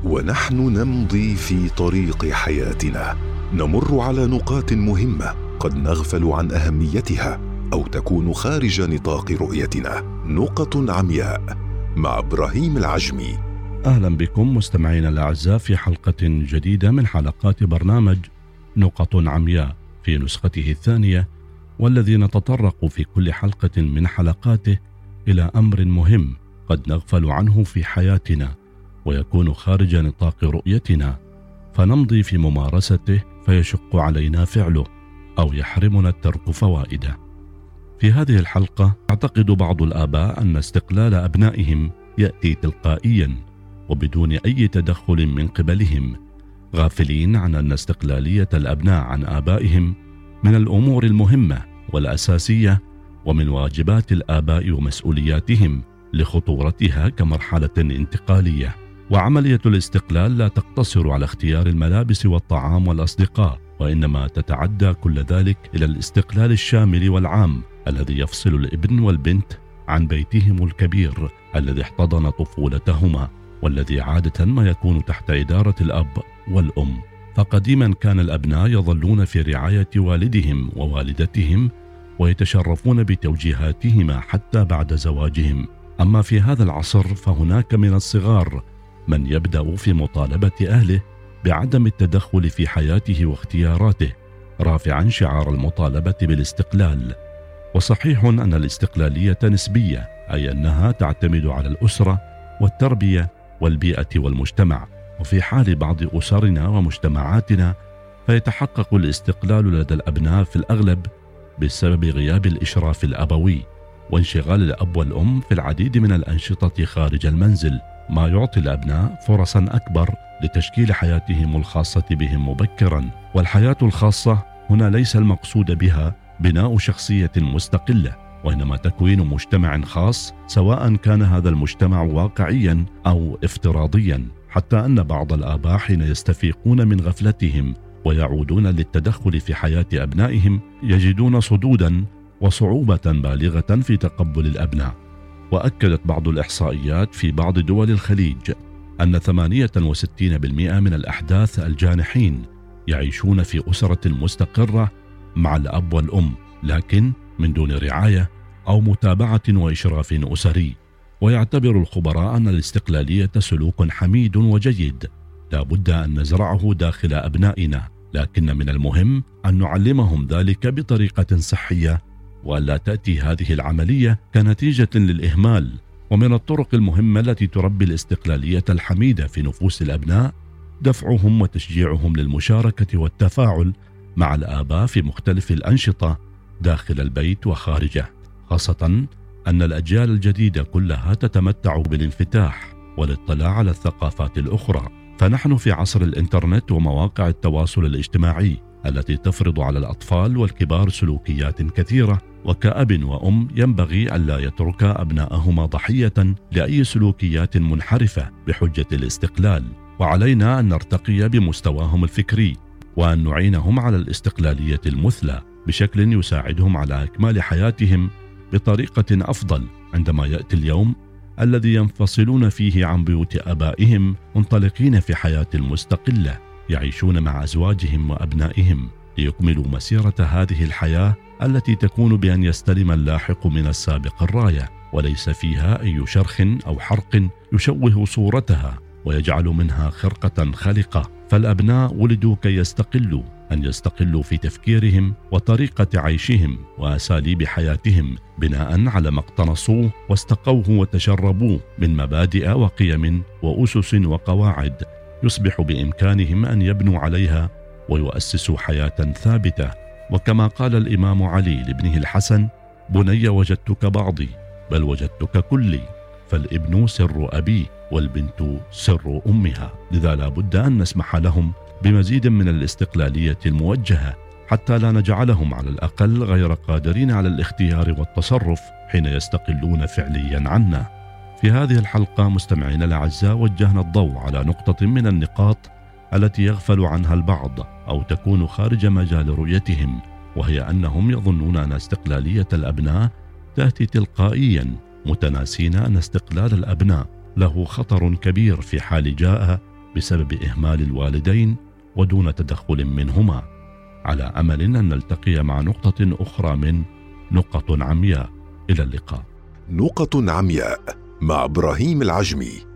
ونحن نمضي في طريق حياتنا نمر على نقاط مهمة قد نغفل عن أهميتها أو تكون خارج نطاق رؤيتنا. نقط عمياء مع إبراهيم العجمي. أهلا بكم مستمعينا الأعزاء في حلقة جديدة من حلقات برنامج نقط عمياء في نسخته الثانية، والذي نتطرق في كل حلقة من حلقاته إلى أمر مهم قد نغفل عنه في حياتنا ويكون خارج نطاق رؤيتنا، فنمضي في ممارسته فيشق علينا فعله أو يحرمنا الترك فوائده. في هذه الحلقة يعتقد بعض الآباء أن استقلال أبنائهم يأتي تلقائيا وبدون أي تدخل من قبلهم، غافلين عن أن استقلالية الأبناء عن آبائهم من الأمور المهمة والأساسية ومن واجبات الآباء ومسؤولياتهم لخطورتها كمرحلة انتقالية. وعملية الاستقلال لا تقتصر على اختيار الملابس والطعام والأصدقاء، وإنما تتعدى كل ذلك إلى الاستقلال الشامل والعام الذي يفصل الابن والبنت عن بيتهم الكبير الذي احتضن طفولتهما، والذي عادة ما يكون تحت إدارة الأب والأم. فقديما كان الأبناء يظلون في رعاية والدهم ووالدتهم ويتشرفون بتوجيهاتهما حتى بعد زواجهم. أما في هذا العصر فهناك من الصغار من يبدأ في مطالبة أهله بعدم التدخل في حياته واختياراته، رافعا شعار المطالبة بالاستقلال. وصحيح أن الاستقلالية نسبية، أي أنها تعتمد على الأسرة والتربية والبيئة والمجتمع. وفي حال بعض أسرنا ومجتمعاتنا فيتحقق الاستقلال لدى الأبناء في الأغلب بسبب غياب الإشراف الأبوي وانشغال الأب والأم في العديد من الأنشطة خارج المنزل، ما يعطي الأبناء فرصا أكبر لتشكيل حياتهم الخاصة بهم مبكرا. والحياة الخاصة هنا ليس المقصود بها بناء شخصية مستقلة، وإنما تكوين مجتمع خاص، سواء كان هذا المجتمع واقعيا أو افتراضيا. حتى أن بعض الآباء حين يستفيقون من غفلتهم ويعودون للتدخل في حياة أبنائهم يجدون صدودا وصعوبة بالغة في تقبل الأبناء. وأكدت بعض الإحصائيات في بعض دول الخليج أن 68% من الأحداث الجانحين يعيشون في أسرة مستقرة مع الأب والأم، لكن من دون رعاية أو متابعة وإشراف أسري. ويعتبر الخبراء أن الاستقلالية سلوك حميد وجيد لا بد أن نزرعه داخل أبنائنا، لكن من المهم أن نعلمهم ذلك بطريقة صحية، وألا تأتي هذه العملية كنتيجة للإهمال. ومن الطرق المهمة التي تربي الاستقلالية الحميدة في نفوس الأبناء دفعهم وتشجيعهم للمشاركة والتفاعل مع الآباء في مختلف الأنشطة داخل البيت وخارجه، خاصة أن الأجيال الجديدة كلها تتمتع بالانفتاح والاطلاع على الثقافات الأخرى. فنحن في عصر الإنترنت ومواقع التواصل الاجتماعي التي تفرض على الأطفال والكبار سلوكيات كثيرة، وكأب وأم ينبغي ألا يتركا أبناءهما ضحية لأي سلوكيات منحرفة بحجة الاستقلال. وعلينا أن نرتقي بمستواهم الفكري وأن نعينهم على الاستقلالية المثلى بشكل يساعدهم على إكمال حياتهم بطريقة أفضل عندما يأتي اليوم الذي ينفصلون فيه عن بيوت آبائهم منطلقين في حياة مستقلة يعيشون مع أزواجهم وأبنائهم ليكملوا مسيرة هذه الحياة التي تكون بأن يستلم اللاحق من السابق الراية، وليس فيها أي شرخ أو حرق يشوه صورتها ويجعل منها خرقة خلقة. فالأبناء ولدوا كي يستقلوا، أن يستقلوا في تفكيرهم وطريقة عيشهم وأساليب حياتهم بناء على ما اقتنصوه واستقوه وتشربوه من مبادئ وقيم وأسس وقواعد يصبح بإمكانهم أن يبنوا عليها ويؤسسوا حياة ثابتة. وكما قال الإمام علي لابنه الحسن: بني وجدتك بعضي بل وجدتك كلي، فالابن سر أبي والبنت سر أمها. لذا لا بد أن نسمح لهم بمزيد من الاستقلالية الموجهة حتى لا نجعلهم على الأقل غير قادرين على الاختيار والتصرف حين يستقلون فعليا عنا. في هذه الحلقة مستمعينا الأعزاء وجهنا الضوء على نقطة من النقاط التي يغفل عنها البعض أو تكون خارج مجال رؤيتهم، وهي أنهم يظنون أن استقلالية الأبناء تأتي تلقائيا، متناسين أن استقلال الأبناء له خطر كبير في حال جاء بسبب إهمال الوالدين ودون تدخل منهما، على أمل أن نلتقي مع نقطة أخرى من نقط عمياء. إلى اللقاء. نقط عمياء مع إبراهيم العجمي.